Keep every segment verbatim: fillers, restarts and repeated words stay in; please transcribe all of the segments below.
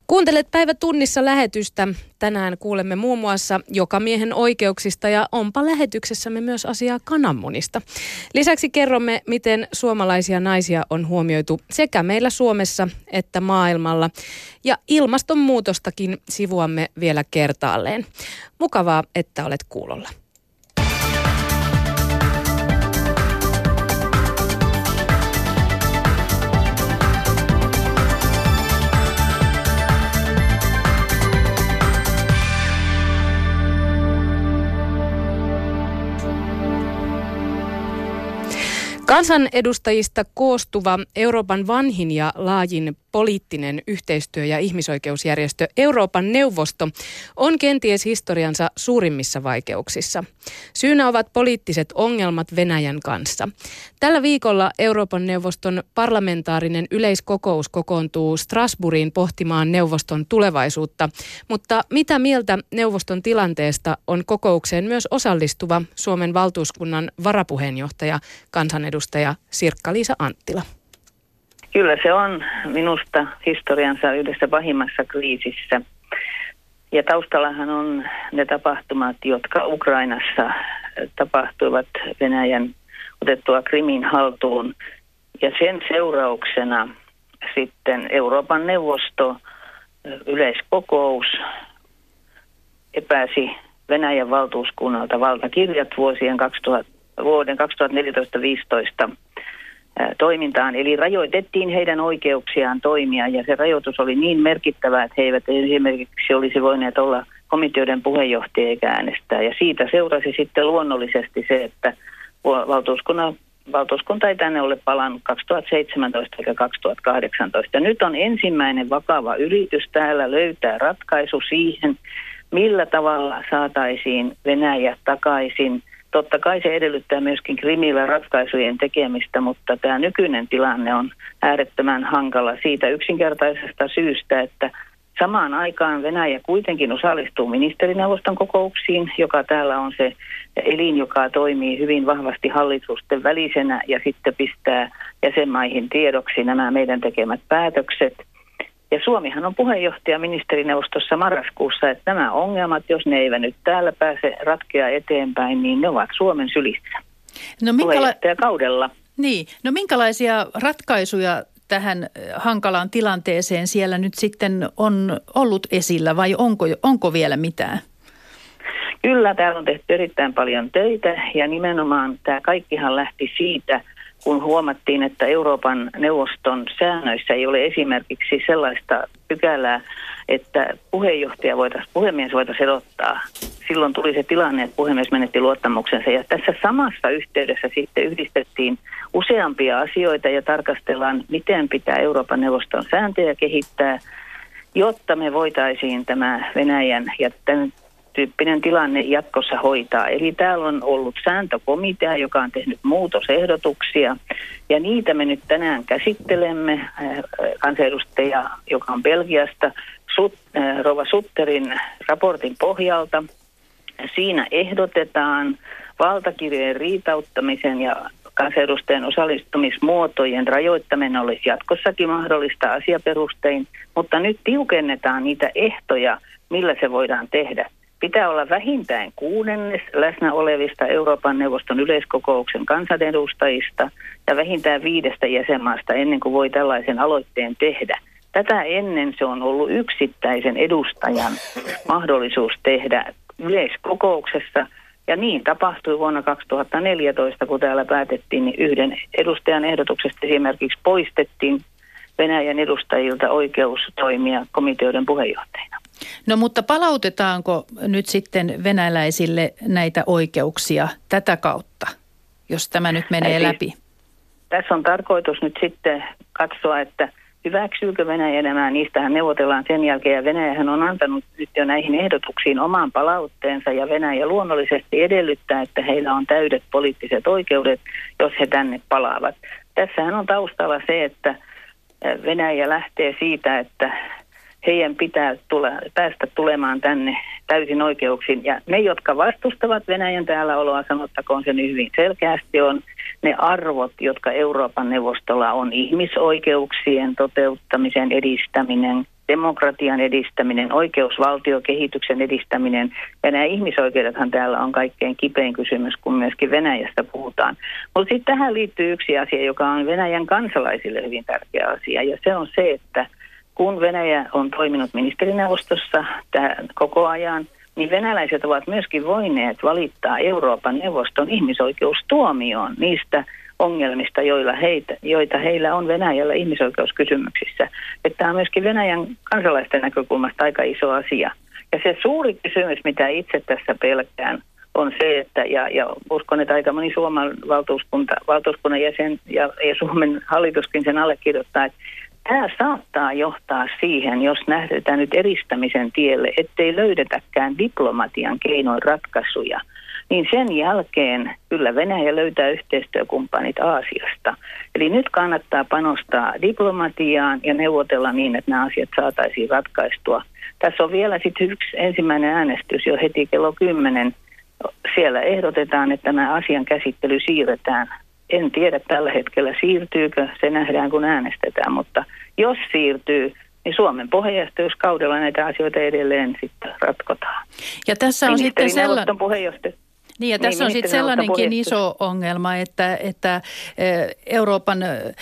Kuuntelet Päivä tunnissa lähetystä. Tänään kuulemme muun muassa jokamiehen oikeuksista ja onpa lähetyksessämme myös asiaa kananmunista. Lisäksi kerromme, miten suomalaisia naisia on huomioitu sekä meillä Suomessa että maailmalla. Ja ilmastonmuutostakin sivuamme vielä kertaalleen. Mukavaa, että olet kuulolla. Kansanedustajista koostuva Euroopan vanhin ja laajin poliittinen yhteistyö- ja ihmisoikeusjärjestö Euroopan neuvosto on kenties historiansa suurimmissa vaikeuksissa. Syynä ovat poliittiset ongelmat Venäjän kanssa. Tällä viikolla Euroopan neuvoston parlamentaarinen yleiskokous kokoontuu Strasbourgiin pohtimaan neuvoston tulevaisuutta, mutta mitä mieltä neuvoston tilanteesta on kokoukseen myös osallistuva Suomen valtuuskunnan varapuheenjohtaja, kansanedustaja Sirkka-Liisa Anttila? Kyllä se on minusta historiansa yhdessä pahimmassa kriisissä. Ja taustallahan on ne tapahtumat, jotka Ukrainassa tapahtuivat Venäjän otettua Krimin haltuun. Ja sen seurauksena sitten Euroopan neuvosto, yleiskokous, epäsi Venäjän valtuuskunnalta valtakirjat vuosien kaksituhatta, vuoden kaksituhattaneljätoista viisitoista toimintaan. Eli rajoitettiin heidän oikeuksiaan toimia ja se rajoitus oli niin merkittävä, että he eivät esimerkiksi olisi voineet olla komiteoiden puheenjohtajia eikä äänestää. Ja siitä seurasi sitten luonnollisesti se, että valtuuskunta ei tänne ole palannut kaksituhattaseitsemäntoista eikä kaksituhattakahdeksantoista. Nyt on ensimmäinen vakava yritys täällä löytää ratkaisu siihen, millä tavalla saataisiin Venäjä takaisin. Totta kai se edellyttää myöskin Krimillä ratkaisujen tekemistä, mutta tämä nykyinen tilanne on äärettömän hankala siitä yksinkertaisesta syystä, että samaan aikaan Venäjä kuitenkin osallistuu ministerineuvoston kokouksiin, joka täällä on se elin, joka toimii hyvin vahvasti hallitusten välisenä ja sitten pistää jäsenmaihin tiedoksi nämä meidän tekemät päätökset. Ja Suomihan on puheenjohtaja ministerineuvostossa marraskuussa, että nämä ongelmat, jos ne eivät nyt täällä pääse ratkeaa eteenpäin, niin ne ovat Suomen sylissä no, minkäla- puheenjohtajakaudella. Niin, no minkälaisia ratkaisuja tähän hankalaan tilanteeseen siellä nyt sitten on ollut esillä vai onko, onko vielä mitään? Kyllä, täällä on tehty erittäin paljon töitä ja nimenomaan tämä kaikkihan lähti siitä, kun huomattiin, että Euroopan neuvoston säännöissä ei ole esimerkiksi sellaista pykälää, että puheenjohtaja voitaisiin, puhemies voitaisiin erottaa. Silloin tuli se tilanne, että puhemies menetti luottamuksensa. Ja tässä samassa yhteydessä sitten yhdistettiin useampia asioita ja tarkastellaan, miten pitää Euroopan neuvoston sääntöjä kehittää, jotta me voitaisiin tämä Venäjän ja tämän tyyppinen tilanne jatkossa hoitaa. Eli täällä on ollut sääntökomitea, joka on tehnyt muutosehdotuksia, ja niitä me nyt tänään käsittelemme. Kansanedustaja, joka on Belgiasta, Sut, Rova Sutterin raportin pohjalta. Siinä ehdotetaan valtakirjojen riitauttamisen ja kansanedustajan osallistumismuotojen rajoittaminen olisi jatkossakin mahdollista asiaperustein, mutta nyt tiukennetaan niitä ehtoja, millä se voidaan tehdä. Pitää olla vähintään kuudennes läsnä olevista Euroopan neuvoston yleiskokouksen kansanedustajista ja vähintään viidestä jäsenmaasta ennen kuin voi tällaisen aloitteen tehdä. Tätä ennen se on ollut yksittäisen edustajan mahdollisuus tehdä yleiskokouksessa. Ja niin tapahtui vuonna kaksituhattaneljätoista, kun täällä päätettiin, niin yhden edustajan ehdotuksesta esimerkiksi poistettiin Venäjän edustajilta oikeus toimia komiteoiden puheenjohtajina. No mutta palautetaanko nyt sitten venäläisille näitä oikeuksia tätä kautta, jos tämä nyt menee siis, läpi? Tässä on tarkoitus nyt sitten katsoa, että hyväksyykö Venäjä nämä, niistähän neuvotellaan sen jälkeen, ja Venäjähän on antanut nyt jo näihin ehdotuksiin oman palautteensa, ja Venäjä luonnollisesti edellyttää, että heillä on täydet poliittiset oikeudet, jos he tänne palaavat. Tässähän on taustalla se, että Venäjä lähtee siitä, että heidän pitää tule, päästä tulemaan tänne täysin oikeuksiin. Ja ne, jotka vastustavat Venäjän täälläoloa, sanottakoon sen hyvin selkeästi, on ne arvot, jotka Euroopan neuvostolla on ihmisoikeuksien toteuttamisen edistäminen, demokratian edistäminen, oikeusvaltiokehityksen edistäminen ja nämä ihmisoikeudethan täällä on kaikkein kipein kysymys, kun myöskin Venäjästä puhutaan. Mutta sitten tähän liittyy yksi asia, joka on Venäjän kansalaisille hyvin tärkeä asia ja se on se, että kun Venäjä on toiminut ministerineuvostossa koko ajan, niin venäläiset ovat myöskin voineet valittaa Euroopan neuvoston ihmisoikeustuomioon niistä ongelmista, joilla heitä, joita heillä on Venäjällä ihmisoikeuskysymyksissä. Että tämä on myöskin Venäjän kansalaisten näkökulmasta aika iso asia. Ja se suuri kysymys, mitä itse tässä pelkään, on se, että, ja, ja uskon, että aika moni Suomen valtuuskunta, valtuuskunnan jäsen ja, ja Suomen hallituskin sen allekirjoittaa, että tämä saattaa johtaa siihen, jos lähdetään nyt eristämisen tielle, ettei löydetäkään diplomatian keinoin ratkaisuja, niin sen jälkeen kyllä Venäjä löytää yhteistyökumppanit Aasiasta. Eli nyt kannattaa panostaa diplomatiaan ja neuvotella niin, että nämä asiat saataisiin ratkaistua. Tässä on vielä sitten yksi ensimmäinen äänestys jo heti kello kymmenen. Siellä ehdotetaan, että tämä asian käsittely siirretään. En tiedä tällä hetkellä siirtyykö, se nähdään kun äänestetään, mutta jos siirtyy, niin Suomen puheenjohtajuuskaudella näitä asioita edelleen sitten ratkotaan. Ja tässä on sitten sellainen... puheenjohtaja. Niin ja tässä niin, on sitten sellainenkin iso ongelma, että, että Euroopan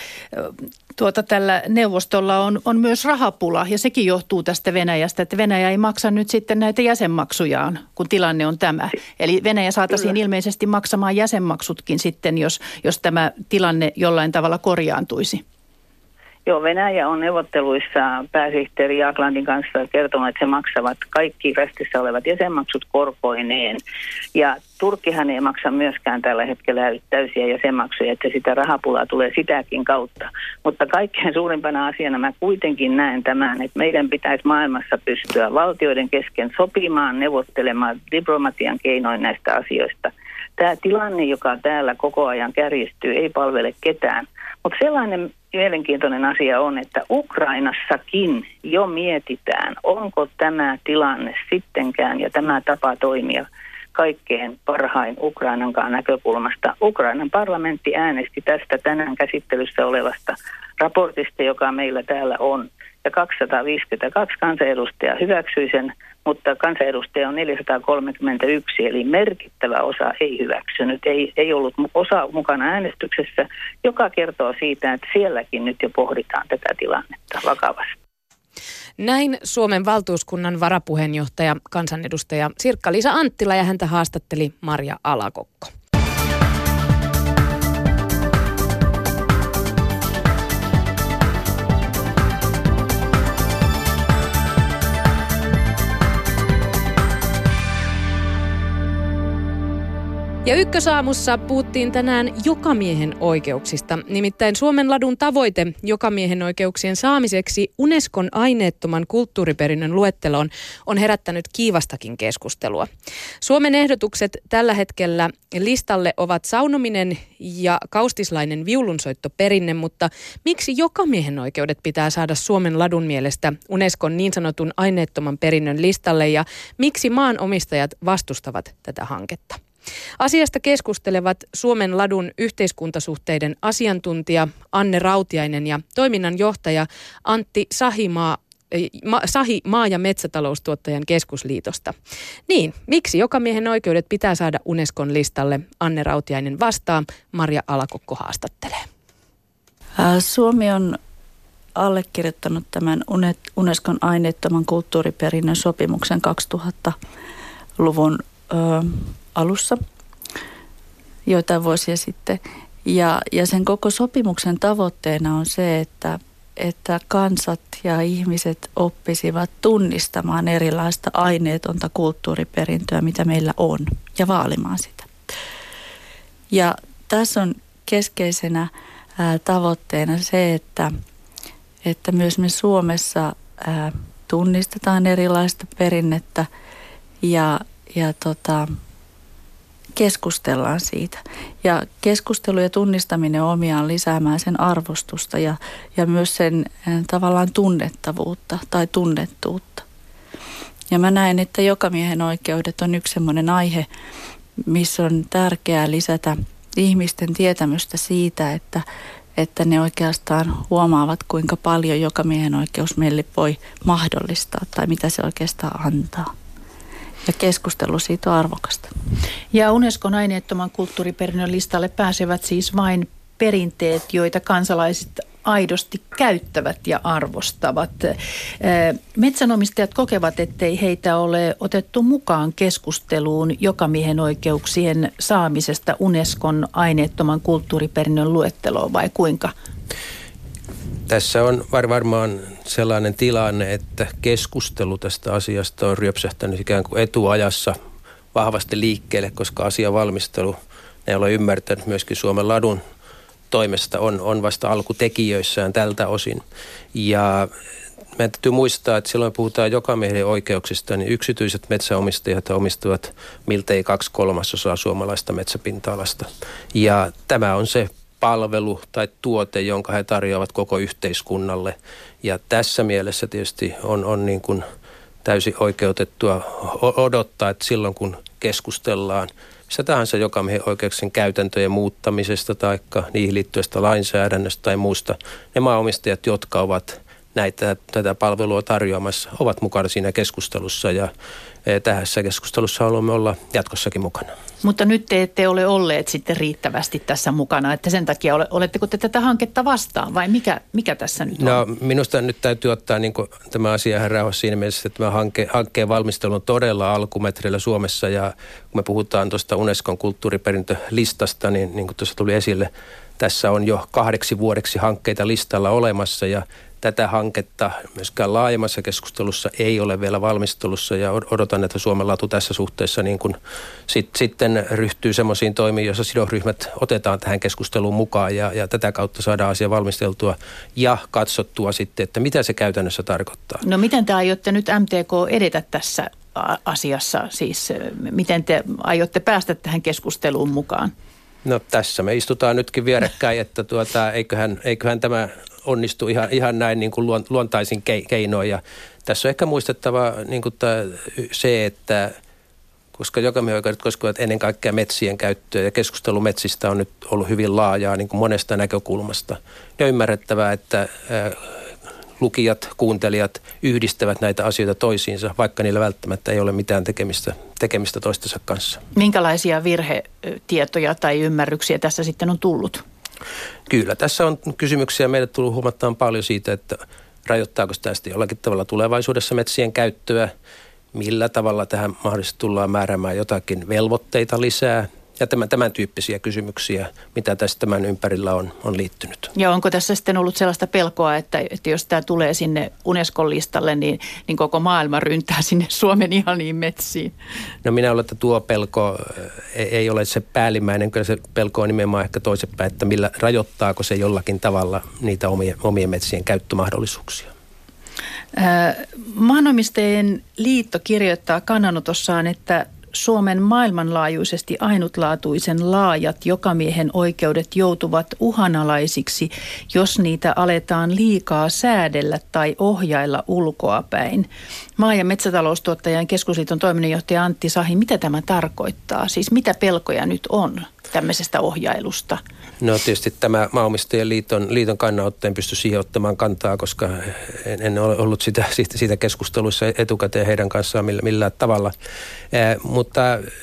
tuota, tällä neuvostolla on, on myös rahapula ja sekin johtuu tästä Venäjästä, että Venäjä ei maksa nyt sitten näitä jäsenmaksujaan, kun tilanne on tämä. Eli Venäjä saataisiin Kyllä. ilmeisesti maksamaan jäsenmaksutkin sitten, jos, jos tämä tilanne jollain tavalla korjaantuisi. Joo, Venäjä on neuvotteluissa pääsihteeri Jaglandin kanssa kertonut, että se maksavat kaikki restissä olevat jäsenmaksut korkoineen. Ja Turkkihan ei maksa myöskään tällä hetkellä täysiä jäsenmaksuja, että sitä rahapulaa tulee sitäkin kautta. Mutta kaikkein suurimpana asiana mä kuitenkin näen tämän, että meidän pitäisi maailmassa pystyä valtioiden kesken sopimaan, neuvottelemaan diplomatian keinoin näistä asioista. Tämä tilanne, joka täällä koko ajan kärjistyy, ei palvele ketään. Mutta sellainen mielenkiintoinen asia on, että Ukrainassakin jo mietitään, onko tämä tilanne sittenkään ja tämä tapa toimia kaikkein parhain Ukrainankaan näkökulmasta. Ukrainan parlamentti äänesti tästä tänään käsittelyssä olevasta raportista, joka meillä täällä on. Ja kaksisataaviisikymmentäkaksi kansanedustajaa hyväksyi sen, mutta kansanedustajia on neljäsataakolmekymmentäyksi, eli merkittävä osa ei hyväksynyt. Ei, ei ollut osa mukana äänestyksessä, joka kertoo siitä, että sielläkin nyt jo pohditaan tätä tilannetta vakavasti. Näin Suomen valtuuskunnan varapuheenjohtaja, kansanedustaja Sirkka-Liisa Anttila ja häntä haastatteli Marja Alakokko. Ja Ykkösaamussa puhuttiin tänään jokamiehen oikeuksista. Nimittäin Suomen ladun tavoite jokamiehen oikeuksien saamiseksi Unescon aineettoman kulttuuriperinnön luetteloon on herättänyt kiivastakin keskustelua. Suomen ehdotukset tällä hetkellä listalle ovat saunominen ja kaustislainen viulunsoittoperinne, mutta miksi jokamiehen oikeudet pitää saada Suomen ladun mielestä Unescon niin sanotun aineettoman perinnön listalle ja miksi maanomistajat vastustavat tätä hanketta? Asiasta keskustelevat Suomen ladun yhteiskuntasuhteiden asiantuntija Anne Rautiainen ja toiminnanjohtaja Antti Sahimaa, Ma, Sahi maa- ja metsätaloustuottajan keskusliitosta. Niin, miksi jokamiehen oikeudet pitää saada Unescon listalle? Anne Rautiainen vastaa, Marja Alakokko haastattelee. Suomi on allekirjoittanut tämän Unescon aineettoman kulttuuriperinnön sopimuksen kaksituhattaluvun ö, alussa joitain vuosia sitten. Ja, ja sen koko sopimuksen tavoitteena on se, että, että kansat ja ihmiset oppisivat tunnistamaan erilaista aineetonta kulttuuriperintöä, mitä meillä on, ja vaalimaan sitä. Ja tässä on keskeisenä ää, tavoitteena se, että, että myös me Suomessa ää, tunnistetaan erilaista perinnettä ja, ja tota, keskustellaan siitä. Ja keskustelu ja tunnistaminen on omiaan lisäämään sen arvostusta ja, ja myös sen äh, tavallaan tunnettavuutta tai tunnettuutta. Ja mä näen, että jokamiehen oikeudet on yksi semmoinen aihe, missä on tärkeää lisätä ihmisten tietämystä siitä, että, että ne oikeastaan huomaavat, kuinka paljon jokamiehen oikeus meille voi mahdollistaa tai mitä se oikeastaan antaa. Ja keskustelu siitä on arvokasta. Ja Unescon aineettoman kulttuuriperinnön listalle pääsevät siis vain perinteet, joita kansalaiset aidosti käyttävät ja arvostavat. Metsänomistajat kokevat, ettei heitä ole otettu mukaan keskusteluun jokamiehen oikeuksien saamisesta Unescon aineettoman kulttuuriperinnön luetteloon, vai kuinka? Tässä on var- varmaan sellainen tilanne, että keskustelu tästä asiasta on ryöpsähtänyt ikään kuin etuajassa vahvasti liikkeelle, koska asiavalmistelu, ne ole ymmärtänyt myöskin Suomen ladun toimesta, on, on vasta alkutekijöissään tältä osin. Ja meidän täytyy muistaa, että silloin puhutaan jokamiehen oikeuksista, niin yksityiset metsäomistajat omistavat miltei kaksi kolmasosaa suomalaista metsäpinta-alasta. Ja tämä on se palvelu tai tuote, jonka he tarjoavat koko yhteiskunnalle. Ja tässä mielessä tietysti on, on niin kuin täysin oikeutettua odottaa, että silloin kun keskustellaan missä tahansa jokamiehen oikeuksien käytäntöjen muuttamisesta tai niihin liittyvästä lainsäädännöstä tai muusta, ne maanomistajat, jotka ovat näitä, tätä palvelua tarjoamassa, ovat mukana siinä keskustelussa ja tässä keskustelussa haluamme olla jatkossakin mukana. Mutta nyt te ette ole olleet sitten riittävästi tässä mukana, että sen takia ole, oletteko te tätä hanketta vastaan vai mikä, mikä tässä nyt on? No minusta nyt täytyy ottaa niin kuin tämä asia ihan rauhassa siinä mielessä, että tämä hanke, hankkeen valmistelu on todella alkumetreillä Suomessa ja kun me puhutaan tuosta Unescon kulttuuriperintölistasta, niin niin kuin tuossa tuli esille, tässä on jo kahdeksi vuodeksi hankkeita listalla olemassa ja tätä hanketta myöskään laajemmassa keskustelussa ei ole vielä valmistelussa ja odotan, että Suomen latu tässä suhteessa niin kuin sit, sitten ryhtyy semmoisiin toimiin, joissa sidosryhmät otetaan tähän keskusteluun mukaan ja, ja tätä kautta saadaan asia valmisteltua ja katsottua sitten, että mitä se käytännössä tarkoittaa. No miten te aiotte nyt M T K edetä tässä asiassa? Siis miten te aiotte päästä tähän keskusteluun mukaan? No tässä me istutaan nytkin vierekkäin, että tuota, eiköhän, eiköhän tämä onnistu ihan, ihan näin niin kuin luontaisin keinoin. Ja tässä on ehkä muistettava niin kuin se, että koska jokamiehenoikeudet koskevat ennen kaikkea metsien käyttöä ja keskustelu metsistä on nyt ollut hyvin laajaa niin kuin monesta näkökulmasta. Ja on ymmärrettävää, että lukijat, kuuntelijat yhdistävät näitä asioita toisiinsa, vaikka niillä välttämättä ei ole mitään tekemistä, tekemistä toistensa kanssa. Minkälaisia virhetietoja tai ymmärryksiä tässä sitten on tullut? Kyllä, tässä on kysymyksiä. Meille tullut huomattavan paljon siitä, että rajoittaako sitä jollakin tavalla tulevaisuudessa metsien käyttöä, millä tavalla tähän mahdollisesti tullaan määräämään jotakin velvoitteita lisää ja tämän, tämän tyyppisiä kysymyksiä, mitä tässä tämän ympärillä on, on liittynyt. Ja onko tässä sitten ollut sellaista pelkoa, että, että jos tämä tulee sinne Unescon listalle, niin, niin koko maailma ryntää sinne Suomen ihaniin metsiin? No minä olen, että tuo pelko ei, ei ole se päällimmäinen, kyllä se pelko on nimenomaan ehkä toisinpäin, että millä rajoittaako se jollakin tavalla niitä omien, omien metsien käyttömahdollisuuksia. Maanomistajien liitto kirjoittaa kannanotossaan, että Suomen maailmanlaajuisesti ainutlaatuisen laajat jokamiehen oikeudet joutuvat uhanalaisiksi, jos niitä aletaan liikaa säädellä tai ohjailla ulkoapäin. Maa- ja metsätaloustuottajan keskusliiton toiminnanjohtaja Antti Sahi, mitä tämä tarkoittaa? Siis mitä pelkoja nyt on tämmöisestä ohjailusta? No tietysti tämä Maanomistajien liiton, liiton kannanotto en pysty siihen ottamaan kantaa, koska en, en ole ollut sitä, siitä, siitä keskusteluissa etukäteen heidän kanssaan millä, millään tavalla. Eh, mutta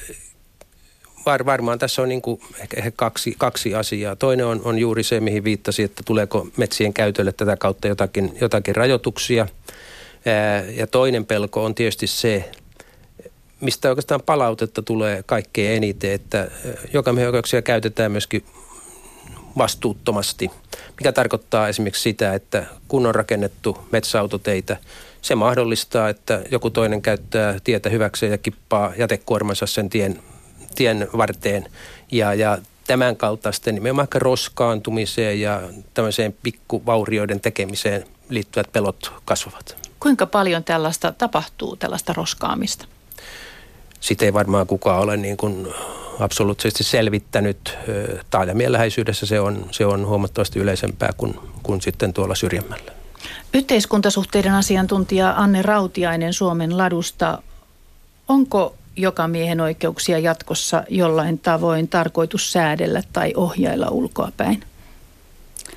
var, varmaan tässä on niin kuin ehkä kaksi, kaksi asiaa. Toinen on, on juuri se, mihin viittasi, että tuleeko metsien käytölle tätä kautta jotakin, jotakin rajoituksia. Eh, ja toinen pelko on tietysti se, mistä oikeastaan palautetta tulee kaikkein eniten, että jokamiehenoikeuksia käytetään myöskin vastuuttomasti, mikä tarkoittaa esimerkiksi sitä, että kun on rakennettu metsäautoteitä, se mahdollistaa, että joku toinen käyttää tietä hyväkseen ja kippaa jätekuormansa sen tien, tien varteen. Ja, ja tämän kaltaisten nimenomaan roskaantumiseen ja tämmöiseen pikkuvaurioiden tekemiseen liittyvät pelot kasvavat. Kuinka paljon tällaista tapahtuu, tällaista roskaamista? Sitä ei varmaan kukaan ole niin kuin absoluuttisesti selvittänyt. Taajamien läheisyydessä se on, se on huomattavasti yleisempää kuin, kuin sitten tuolla syrjemmällä. Yhteiskuntasuhteiden asiantuntija Anne Rautiainen Suomen ladusta. Onko jokamiehen oikeuksia jatkossa jollain tavoin tarkoitus säädellä tai ohjailla ulkoapäin?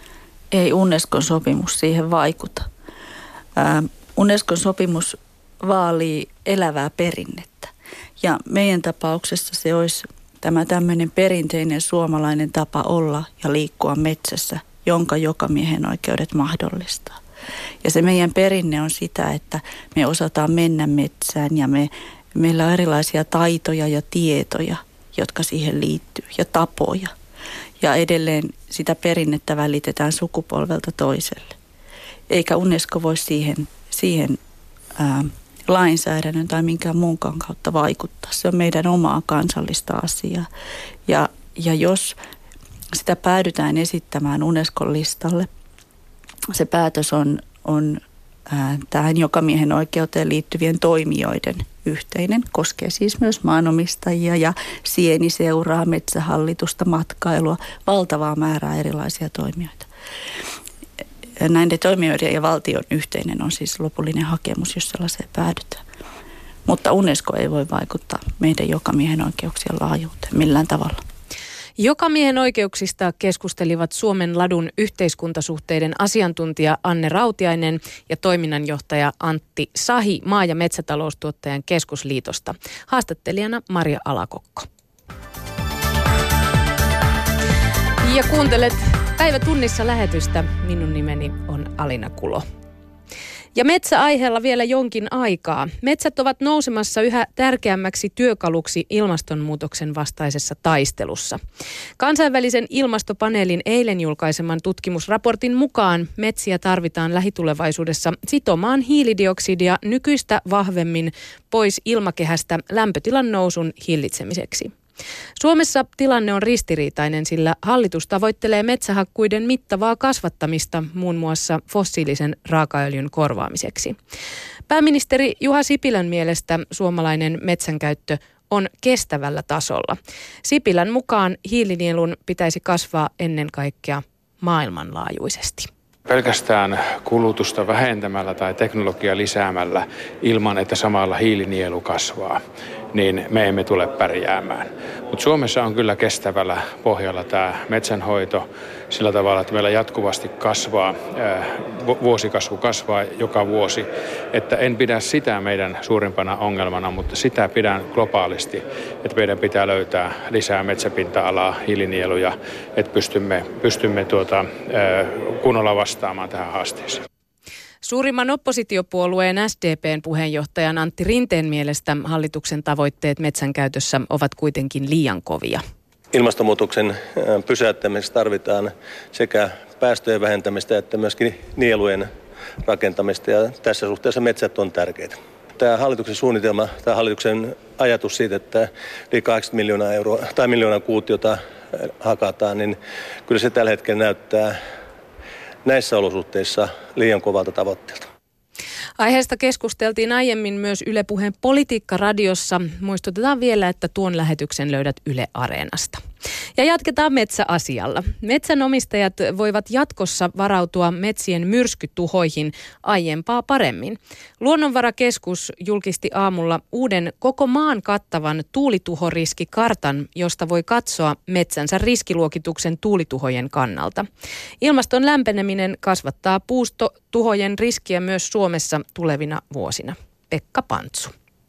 ei Unescon sopimus siihen vaikuta. Ää, Unescon sopimus vaalii elävää perinnettä. Ja meidän tapauksessa se olisi tämä tämmöinen perinteinen suomalainen tapa olla ja liikkua metsässä, jonka jokamiehen oikeudet mahdollistaa. Ja se meidän perinne on sitä, että me osataan mennä metsään ja me, meillä on erilaisia taitoja ja tietoja, jotka siihen liittyy, ja tapoja. Ja edelleen sitä perinnettä välitetään sukupolvelta toiselle. Eikä Unesco voi siihen, siihen ää, lainsäädännön tai minkään muunkaan kautta vaikuttaa. Se on meidän omaa kansallista asiaa. Ja, ja jos sitä päädytään esittämään Unescon listalle, se päätös on, on ää, tähän jokamiehen oikeuteen liittyvien toimijoiden yhteinen. Koskee siis myös maanomistajia ja sieniseuraa, metsähallitusta, matkailua, valtavaa määrää erilaisia toimijoita. Näiden toimijoiden ja valtion yhteinen on siis lopullinen hakemus, jos sellaiseen päädytään. Mutta Unesco ei voi vaikuttaa meidän jokamiehen oikeuksien laajuuteen millään tavalla. Jokamiehen oikeuksista keskustelivat Suomen ladun yhteiskuntasuhteiden asiantuntija Anne Rautiainen ja toiminnanjohtaja Antti Sahi Maa- ja metsätaloustuottajan keskusliitosta. Haastattelijana Maria Alakokko. Ja kuuntelet Päivä tunnissa lähetystä. Minun nimeni on Alina Kulo. Ja metsäaiheella vielä jonkin aikaa. Metsät ovat nousemassa yhä tärkeämmäksi työkaluksi ilmastonmuutoksen vastaisessa taistelussa. Kansainvälisen ilmastopaneelin eilen julkaiseman tutkimusraportin mukaan metsiä tarvitaan lähitulevaisuudessa sitomaan hiilidioksidia nykyistä vahvemmin pois ilmakehästä lämpötilan nousun hillitsemiseksi. Suomessa tilanne on ristiriitainen, sillä hallitus tavoittelee metsähakkuiden mittavaa kasvattamista muun muassa fossiilisen raakaöljyn korvaamiseksi. Pääministeri Juha Sipilän mielestä suomalainen metsänkäyttö on kestävällä tasolla. Sipilän mukaan hiilinielun pitäisi kasvaa ennen kaikkea maailmanlaajuisesti. Pelkästään kulutusta vähentämällä tai teknologiaa lisäämällä ilman, että samalla hiilinielu kasvaa, niin me emme tule pärjäämään. Mutta Suomessa on kyllä kestävällä pohjalla tämä metsänhoito sillä tavalla, että meillä jatkuvasti kasvaa, vuosikasvu kasvaa joka vuosi. Että en pidä sitä meidän suurimpana ongelmana, mutta sitä pidän globaalisti, että meidän pitää löytää lisää metsäpinta-alaa, hiilinieluja, että pystymme, pystymme tuota, kunnolla vastaamaan tähän haasteeseen. Suurimman oppositiopuolueen S D P:n puheenjohtajan Antti Rinteen mielestä hallituksen tavoitteet metsänkäytössä ovat kuitenkin liian kovia. Ilmastonmuutoksen pysäyttämisessä tarvitaan sekä päästöjen vähentämistä että myöskin nielujen rakentamista, ja tässä suhteessa metsät on tärkeitä. Tämä hallituksen suunnitelma, tämä hallituksen ajatus siitä, että yli kahdeksankymmentä miljoonaa euroa tai miljoonaa kuutiota hakataan, niin kyllä se tällä hetkellä näyttää näissä olosuhteissa liian kovalta tavoitteelta. Aiheesta keskusteltiin aiemmin myös Yle Puheen Politiikka-radiossa. Muistutetaan vielä, että tuon lähetyksen löydät Yle Areenasta. Ja jatketaan metsäasialla. Metsänomistajat voivat jatkossa varautua metsien myrskytuhoihin aiempaa paremmin. Luonnonvarakeskus julkisti aamulla uuden koko maan kattavan tuulituhoriskikartan, josta voi katsoa metsänsä riskiluokituksen tuulituhojen kannalta. Ilmaston lämpeneminen kasvattaa puustotuhojen riskiä myös Suomessa tulevina vuosina. Pekka Pantsu.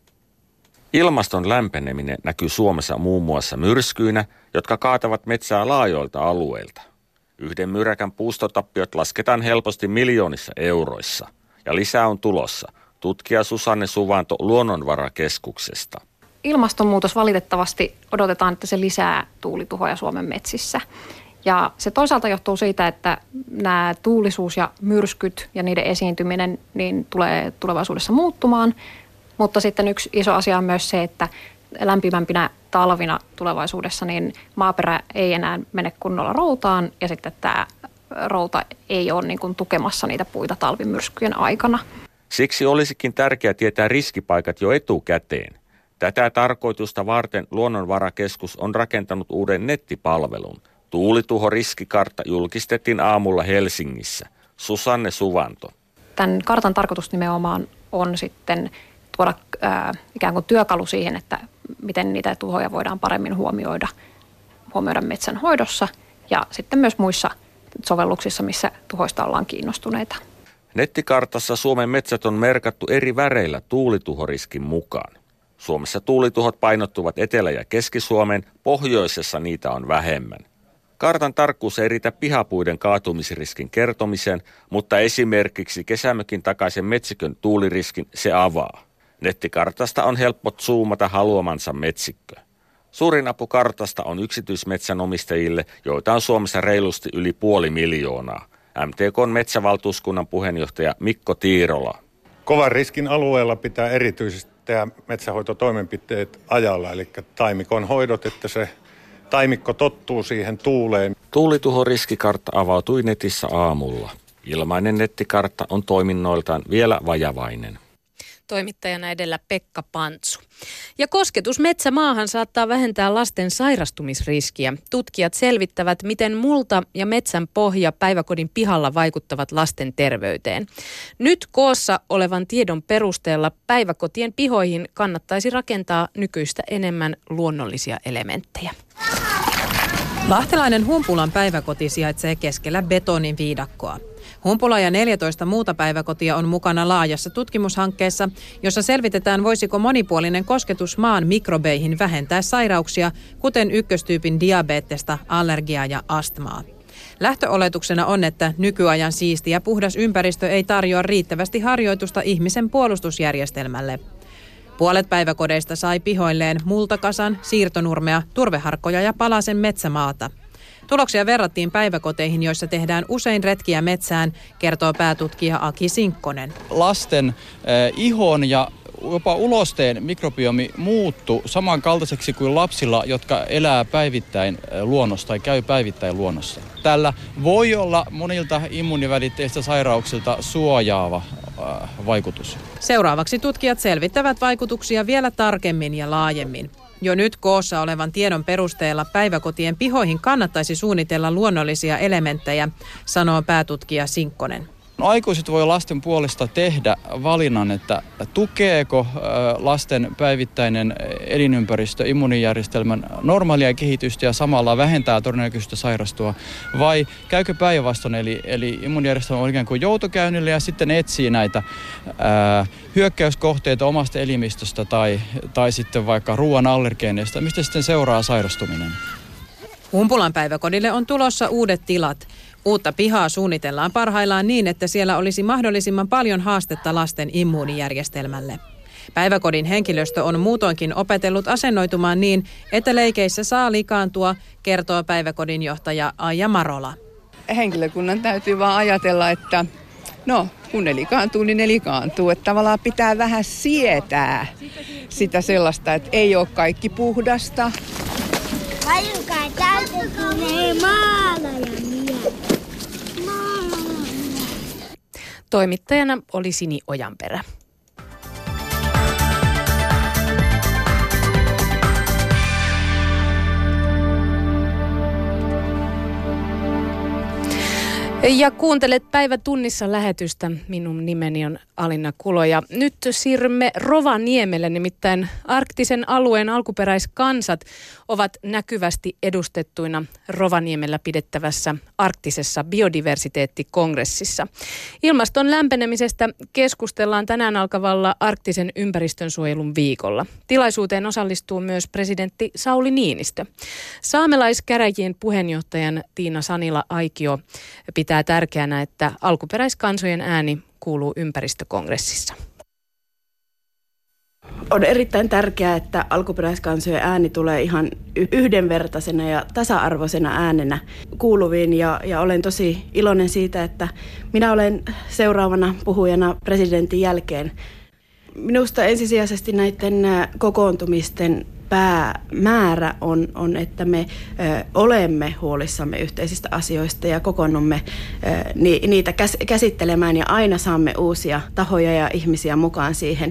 Ilmaston lämpeneminen näkyy Suomessa muun muassa myrskyinä, jotka kaatavat metsää laajoilta alueilta. Yhden myräkän puustotappiot lasketaan helposti miljoonissa euroissa. Ja lisää on tulossa. Tutkija Susanne Suvanto Luonnonvarakeskuksesta. Ilmastonmuutos valitettavasti odotetaan, että se lisää tuulituhoja Suomen metsissä. Ja se toisaalta johtuu siitä, että nämä tuulisuus ja myrskyt ja niiden esiintyminen niin tulee tulevaisuudessa muuttumaan. Mutta sitten yksi iso asia on myös se, että lämpimämpinä talvina tulevaisuudessa niin maaperä ei enää mene kunnolla routaan ja sitten tämä routa ei ole niin kuin tukemassa niitä puita talvimyrskyjen aikana. Siksi olisikin tärkeää tietää riskipaikat jo etukäteen. Tätä tarkoitusta varten Luonnonvarakeskus on rakentanut uuden nettipalvelun. Tuulituhoriskikartta julkistettiin aamulla Helsingissä. Susanne Suvanto. Tämän kartan tarkoitus nimenomaan on sitten tuoda ää, ikään kuin työkalu siihen, että miten niitä tuhoja voidaan paremmin huomioida, huomioida metsän hoidossa ja sitten myös muissa sovelluksissa, missä tuhoista ollaan kiinnostuneita. Nettikartassa Suomen metsät on merkattu eri väreillä tuulituhoriskin mukaan. Suomessa tuulituhot painottuvat Etelä- ja Keski-Suomeen, pohjoisessa niitä on vähemmän. Kartan tarkkuus ei riitä pihapuiden kaatumisriskin kertomiseen, mutta esimerkiksi kesämökin takaisen metsikön tuuliriskin se avaa. Nettikartasta on helppo zoomata haluamansa metsikkö. Suurin apu kartasta on yksityismetsänomistajille, joita on Suomessa reilusti yli puoli miljoonaa. M T K:n metsävaltuuskunnan puheenjohtaja Mikko Tiirola. Kovan riskin alueella pitää erityisesti tehdä metsähoitotoimenpiteet ajalla, eli taimikon hoidot, että se taimikko tottuu siihen tuuleen. Tuulituhoriskikartta avautui netissä aamulla. Ilmainen nettikartta on toiminnoiltaan vielä vajavainen. Toimittajana edellä Pekka Pantsu. Ja kosketus metsämaahan saattaa vähentää lasten sairastumisriskiä. Tutkijat selvittävät, miten multa ja metsän pohja päiväkodin pihalla vaikuttavat lasten terveyteen. Nyt koossa olevan tiedon perusteella päiväkotien pihoihin kannattaisi rakentaa nykyistä enemmän luonnollisia elementtejä. Lahtelainen Humpulan päiväkoti sijaitsee keskellä betonin viidakkoa. Humpula ja neljätoista muuta päiväkotia on mukana laajassa tutkimushankkeessa, jossa selvitetään, voisiko monipuolinen kosketus maan mikrobeihin vähentää sairauksia, kuten ykköstyypin diabetesta, allergiaa ja astmaa. Lähtöoletuksena on, että nykyajan siisti ja puhdas ympäristö ei tarjoa riittävästi harjoitusta ihmisen puolustusjärjestelmälle. Puolet päiväkodeista sai pihoilleen multakasan, siirtonurmea, turveharkkoja ja palasen metsämaata. Tuloksia verrattiin päiväkoteihin, joissa tehdään usein retkiä metsään, kertoo päätutkija Aki Sinkkonen. Lasten eh, ihon ja jopa ulosteen mikrobiomi muuttui samankaltaiseksi kuin lapsilla, jotka elää päivittäin luonnossa tai käy päivittäin luonnossa. Tällä voi olla monilta immuunivälitteistä sairauksilta suojaava äh, vaikutus. Seuraavaksi tutkijat selvittävät vaikutuksia vielä tarkemmin ja laajemmin. Jo nyt koossa olevan tiedon perusteella päiväkotien pihoihin kannattaisi suunnitella luonnollisia elementtejä, sanoo päätutkija Sinkkonen. No, aikuiset voi lasten puolesta tehdä valinnan, että tukeeko lasten päivittäinen elinympäristö immuunijärjestelmän normaalia kehitystä ja samalla vähentää todennäköisyyttä sairastua, vai käykö päinvastoin, eli, eli immuunijärjestelmä on ikään kuin joutokäynnillä ja sitten etsii näitä ää, hyökkäyskohteita omasta elimistöstä tai, tai sitten vaikka ruoan allergeeneista, mistä sitten seuraa sairastuminen. Humpulan päiväkodille on tulossa uudet tilat. Uutta pihaa suunnitellaan parhaillaan niin, että siellä olisi mahdollisimman paljon haastetta lasten immuunijärjestelmälle. Päiväkodin henkilöstö on muutoinkin opetellut asennoitumaan niin, että leikeissä saa likaantua, kertoo päiväkodin johtaja Aija Marola. Henkilökunnan täytyy vaan ajatella, että no, kun ne likaantuu, niin ne likaantuu. Että tavallaan pitää vähän sietää sitä sellaista, että ei ole kaikki puhdasta. Vajukai täytetynee maalaja mies. Toimittajana oli Sini Ojanperä. Ja kuuntelet Päivä tunnissa lähetystä. Minun nimeni on Alina Kulo ja nyt siirrymme Rovaniemelle, nimittäin arktisen alueen alkuperäiskansat ovat näkyvästi edustettuina Rovaniemellä pidettävässä arktisessa biodiversiteettikongressissa. Ilmaston lämpenemisestä keskustellaan tänään alkavalla arktisen ympäristönsuojelun viikolla. Tilaisuuteen osallistuu myös presidentti Sauli Niinistö. Saamelaiskäräjien puheenjohtajan Tiina Sanila-Aikio pitää tärkeänä, että alkuperäiskansojen ääni kuuluu ympäristökongressissa. On erittäin tärkeää, että alkuperäiskansojen ääni tulee ihan yhdenvertaisena ja tasa-arvoisena äänenä kuuluviin. Ja, ja olen tosi iloinen siitä, että minä olen seuraavana puhujana presidentin jälkeen. Minusta ensisijaisesti näiden kokoontumisten päämäärä on, on, että me ö, olemme huolissamme yhteisistä asioista ja kokoonnumme ö, ni, niitä käs, käsittelemään ja aina saamme uusia tahoja ja ihmisiä mukaan siihen.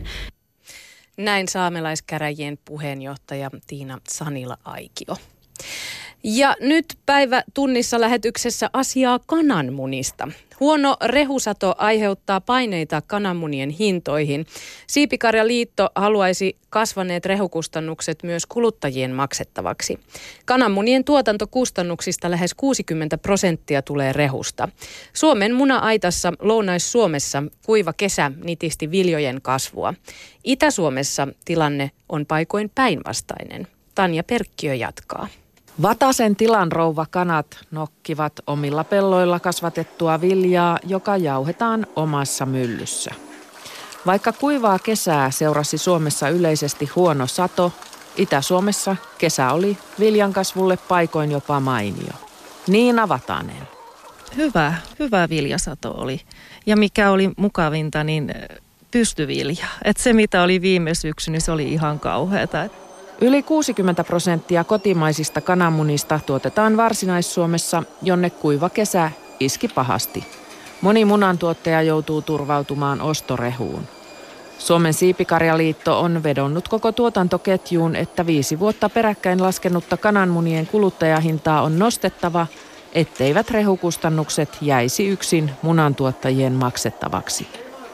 Näin saamelaiskäräjien puheenjohtaja Tiina Sanila-Aikio. Ja nyt päivä tunnissa lähetyksessä asiaa kananmunista. Huono rehusato aiheuttaa paineita kananmunien hintoihin. Siipikarjaliitto haluaisi kasvaneet rehukustannukset myös kuluttajien maksettavaksi. Kananmunien tuotantokustannuksista lähes kuusikymmentä prosenttia tulee rehusta. Suomen muna-aitassa Lounais-Suomessa kuiva kesä nitisti viljojen kasvua. Itä-Suomessa tilanne on paikoin päinvastainen. Tanja Perkkiö jatkaa. Vatasen tilan rouva kanat nokkivat omilla pelloilla kasvatettua viljaa, joka jauhetaan omassa myllyssä. Vaikka kuivaa kesää seurasi Suomessa yleisesti huono sato, Itä-Suomessa kesä oli viljankasvulle paikoin jopa mainio. Niina Vatanen. Hyvä, hyvä viljasato oli. Ja mikä oli mukavinta, niin pystyvilja. Et se mitä oli viime syksy, niin se oli ihan kauheata. Yli kuusikymmentä prosenttia kotimaisista kananmunista tuotetaan Varsinais-Suomessa, jonne kuiva kesä iski pahasti. Moni munantuottaja joutuu turvautumaan ostorehuun. Suomen Siipikarjaliitto on vedonnut koko tuotantoketjuun, että viisi vuotta peräkkäin laskenutta kananmunien kuluttajahintaa on nostettava, etteivät rehukustannukset jäisi yksin munantuottajien maksettavaksi.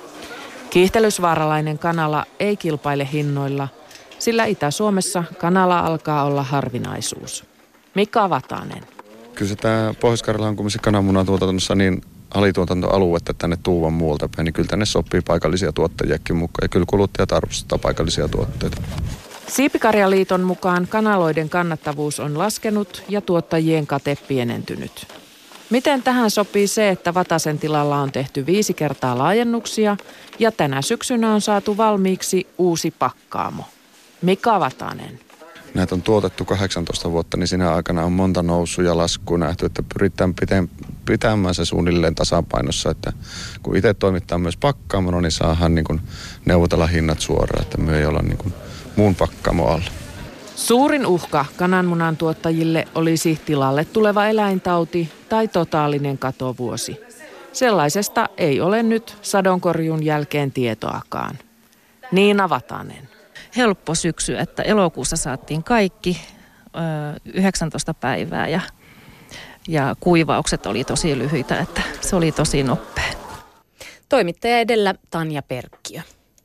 Kiihtelysvaaralainen kanala ei kilpaile hinnoilla, sillä Itä-Suomessa kanala alkaa olla harvinaisuus. Mika Vatanen. Kyllä se tämä Pohjois-Karjala on kumminkin kananmunan tuotannossa niin alituotantoaluetta tänne tuuvan muualta päin, niin kyllä tänne sopii paikallisia tuottajiakin mukaan. Ja kyllä kuluttajat arvostaa paikallisia tuotteita. Siipikarjaliiton mukaan kanaloiden kannattavuus on laskenut ja tuottajien kate pienentynyt. Miten tähän sopii se, että Vatasen tilalla on tehty viisi kertaa laajennuksia ja tänä syksynä on saatu valmiiksi uusi pakkaamo? Mika Vatanen. Näitä on tuotettu kahdeksantoista vuotta, niin siinä aikana on monta nousua ja laskua nähty, että pyritään pitämään se suunnilleen tasapainossa. Että kun itse toimittaa myös pakkaamona, niin saadaan niin kuin neuvotella hinnat suoraan, että me ei olla niin kuin muun pakkaamo alla. Suurin uhka kananmunan tuottajille olisi tilalle tuleva eläintauti tai totaalinen katovuosi. Sellaisesta ei ole nyt sadonkorjun jälkeen tietoakaan. Niina Vatanen. Helppo syksy, että elokuussa saatiin kaikki yhdeksäntoista päivää ja, ja kuivaukset oli tosi lyhyitä, että se oli tosi nopea. Toimittaja edellä Tanja Perkkiö.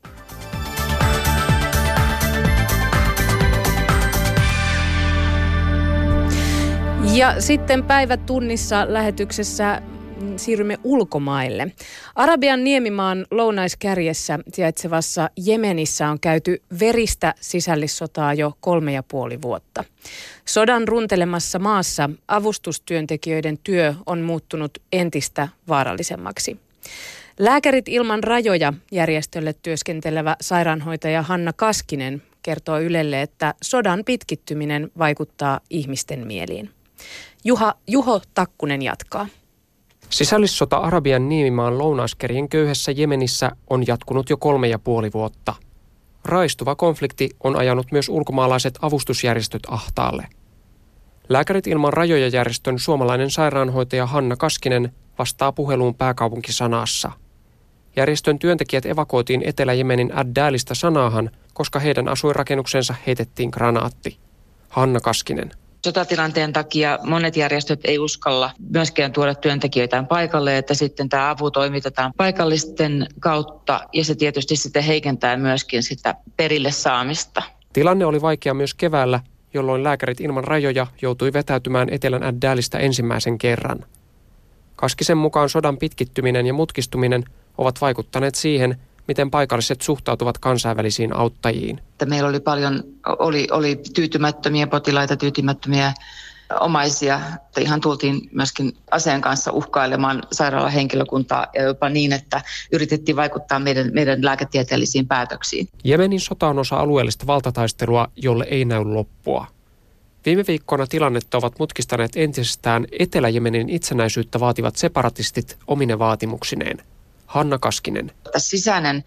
Ja sitten päivä tunnissa lähetyksessä siirrymme ulkomaille. Arabian niemimaan lounaiskärjessä sijaitsevassa Jemenissä on käyty veristä sisällissotaa jo kolme ja puoli vuotta. Sodan runtelemassa maassa avustustyöntekijöiden työ on muuttunut entistä vaarallisemmaksi. Lääkärit ilman rajoja -järjestölle työskentelevä sairaanhoitaja Hanna Kaskinen kertoo Ylelle, että sodan pitkittyminen vaikuttaa ihmisten mieliin. Juha, Juho Takkunen jatkaa. Sisällissota Arabian niemimaan lounaiskärjen köyhässä Jemenissä on jatkunut jo kolme ja puoli vuotta. Raistuva konflikti on ajanut myös ulkomaalaiset avustusjärjestöt ahtaalle. Lääkärit ilman rajoja -järjestön suomalainen sairaanhoitaja Hanna Kaskinen vastaa puheluun pääkaupunki Sanaassa. Järjestön työntekijät evakuoitiin Etelä-Jemenin Ad-Daalista Sanaahan, koska heidän asuinrakennuksensa heitettiin granaatti. Hanna Kaskinen. Sotatilanteen takia monet järjestöt ei uskalla myöskään tuoda työntekijöitään paikalle, että sitten tämä apu toimitetaan paikallisten kautta ja se tietysti sitten heikentää myöskin sitä perille saamista. Tilanne oli vaikea myös keväällä, jolloin Lääkärit ilman rajoja joutui vetäytymään Etelän Ad-Daalista ensimmäisen kerran. Kaskisen mukaan sodan pitkittyminen ja mutkistuminen ovat vaikuttaneet siihen, miten paikalliset suhtautuvat kansainvälisiin auttajiin. Meillä oli paljon oli, oli tyytymättömiä potilaita, tyytymättömiä omaisia. Ihan tultiin myöskin aseen kanssa uhkailemaan sairaalahenkilökuntaa ja jopa niin, että yritettiin vaikuttaa meidän, meidän lääketieteellisiin päätöksiin. Jemenin sota on osa alueellista valtataistelua, jolle ei näy loppua. Viime viikkoina tilannetta ovat mutkistaneet entisestään Etelä-Jemenin itsenäisyyttä vaativat separatistit omine vaatimuksineen. Hanna Kaskinen. Sisäinen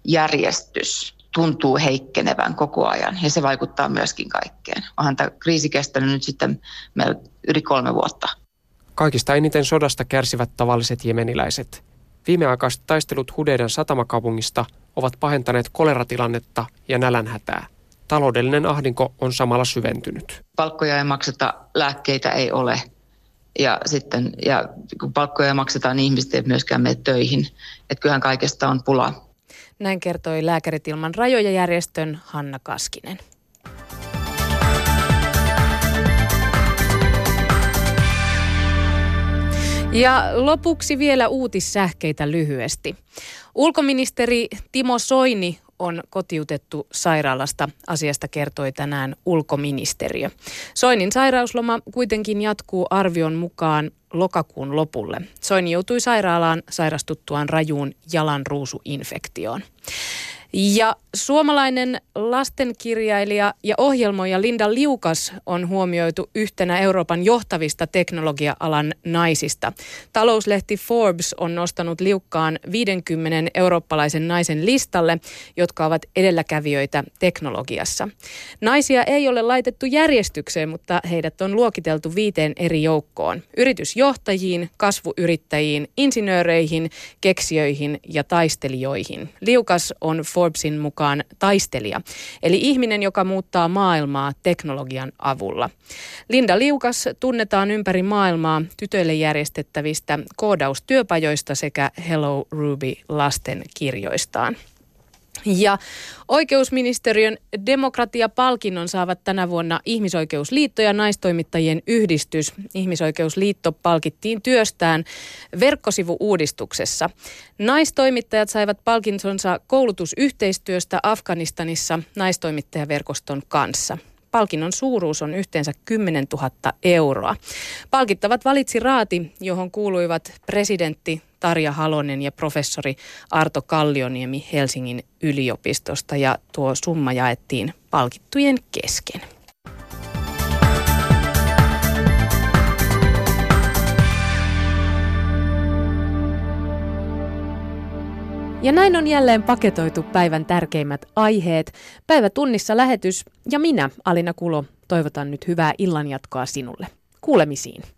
järjestys tuntuu heikkenevän koko ajan ja se vaikuttaa myöskin kaikkeen. Onhan tämä kriisi kestänyt nyt sitten meillä yli kolme vuotta. Kaikista eniten sodasta kärsivät tavalliset jemeniläiset. Viimeaikaiset taistelut Hudeidan satamakaupungista ovat pahentaneet koleratilannetta ja nälänhätää. Taloudellinen ahdinko on samalla syventynyt. Palkkoja ei makseta, lääkkeitä ei ole. Ja sitten ja kun palkkoja maksetaan, niin ihmiset ei myöskään mene töihin. Että kyllähän kaikesta on pula. Näin kertoi Lääkärit ilman rajoja -järjestön Hanna Kaskinen. Ja lopuksi vielä uutissähkeitä lyhyesti. Ulkoministeri Timo Soini on kotiutettu sairaalasta. Asiasta kertoi tänään ulkoministeriö. Soinin sairausloma kuitenkin jatkuu arvion mukaan lokakuun lopulle. Soini joutui sairaalaan sairastuttuaan rajuun jalanruusuinfektioon. Ja suomalainen lastenkirjailija ja ohjelmoija Linda Liukas on huomioitu yhtenä Euroopan johtavista teknologia-alan naisista. Talouslehti Forbes on nostanut Liukkaan viidenkymmenen eurooppalaisen naisen listalle, jotka ovat edelläkävijöitä teknologiassa. Naisia ei ole laitettu järjestykseen, mutta heidät on luokiteltu viiteen eri joukkoon. Yritysjohtajiin, kasvuyrittäjiin, insinööreihin, keksijöihin ja taistelijoihin. Liukas on Forbesin mukaan taistelija, eli ihminen, joka muuttaa maailmaa teknologian avulla. Linda Liukas tunnetaan ympäri maailmaa tytöille järjestettävistä koodaustyöpajoista sekä Hello Ruby lastenkirjoistaan. Ja oikeusministeriön demokratiapalkinnon saavat tänä vuonna Ihmisoikeusliitto ja Naistoimittajien yhdistys. Ihmisoikeusliitto palkittiin työstään verkkosivu-uudistuksessa. Naistoimittajat saivat palkintonsa koulutusyhteistyöstä Afganistanissa naistoimittajaverkoston kanssa. Palkinnon suuruus on yhteensä kymmenentuhatta euroa. Palkittavat valitsi raati, johon kuuluivat presidentti Tarja Halonen ja professori Arto Kallioniemi Helsingin yliopistosta, ja tuo summa jaettiin palkittujen kesken. Ja näin on jälleen paketoitu päivän tärkeimmät aiheet. Päivätunnissa lähetys ja minä, Alina Kulo, toivotan nyt hyvää illanjatkoa sinulle. Kuulemisiin.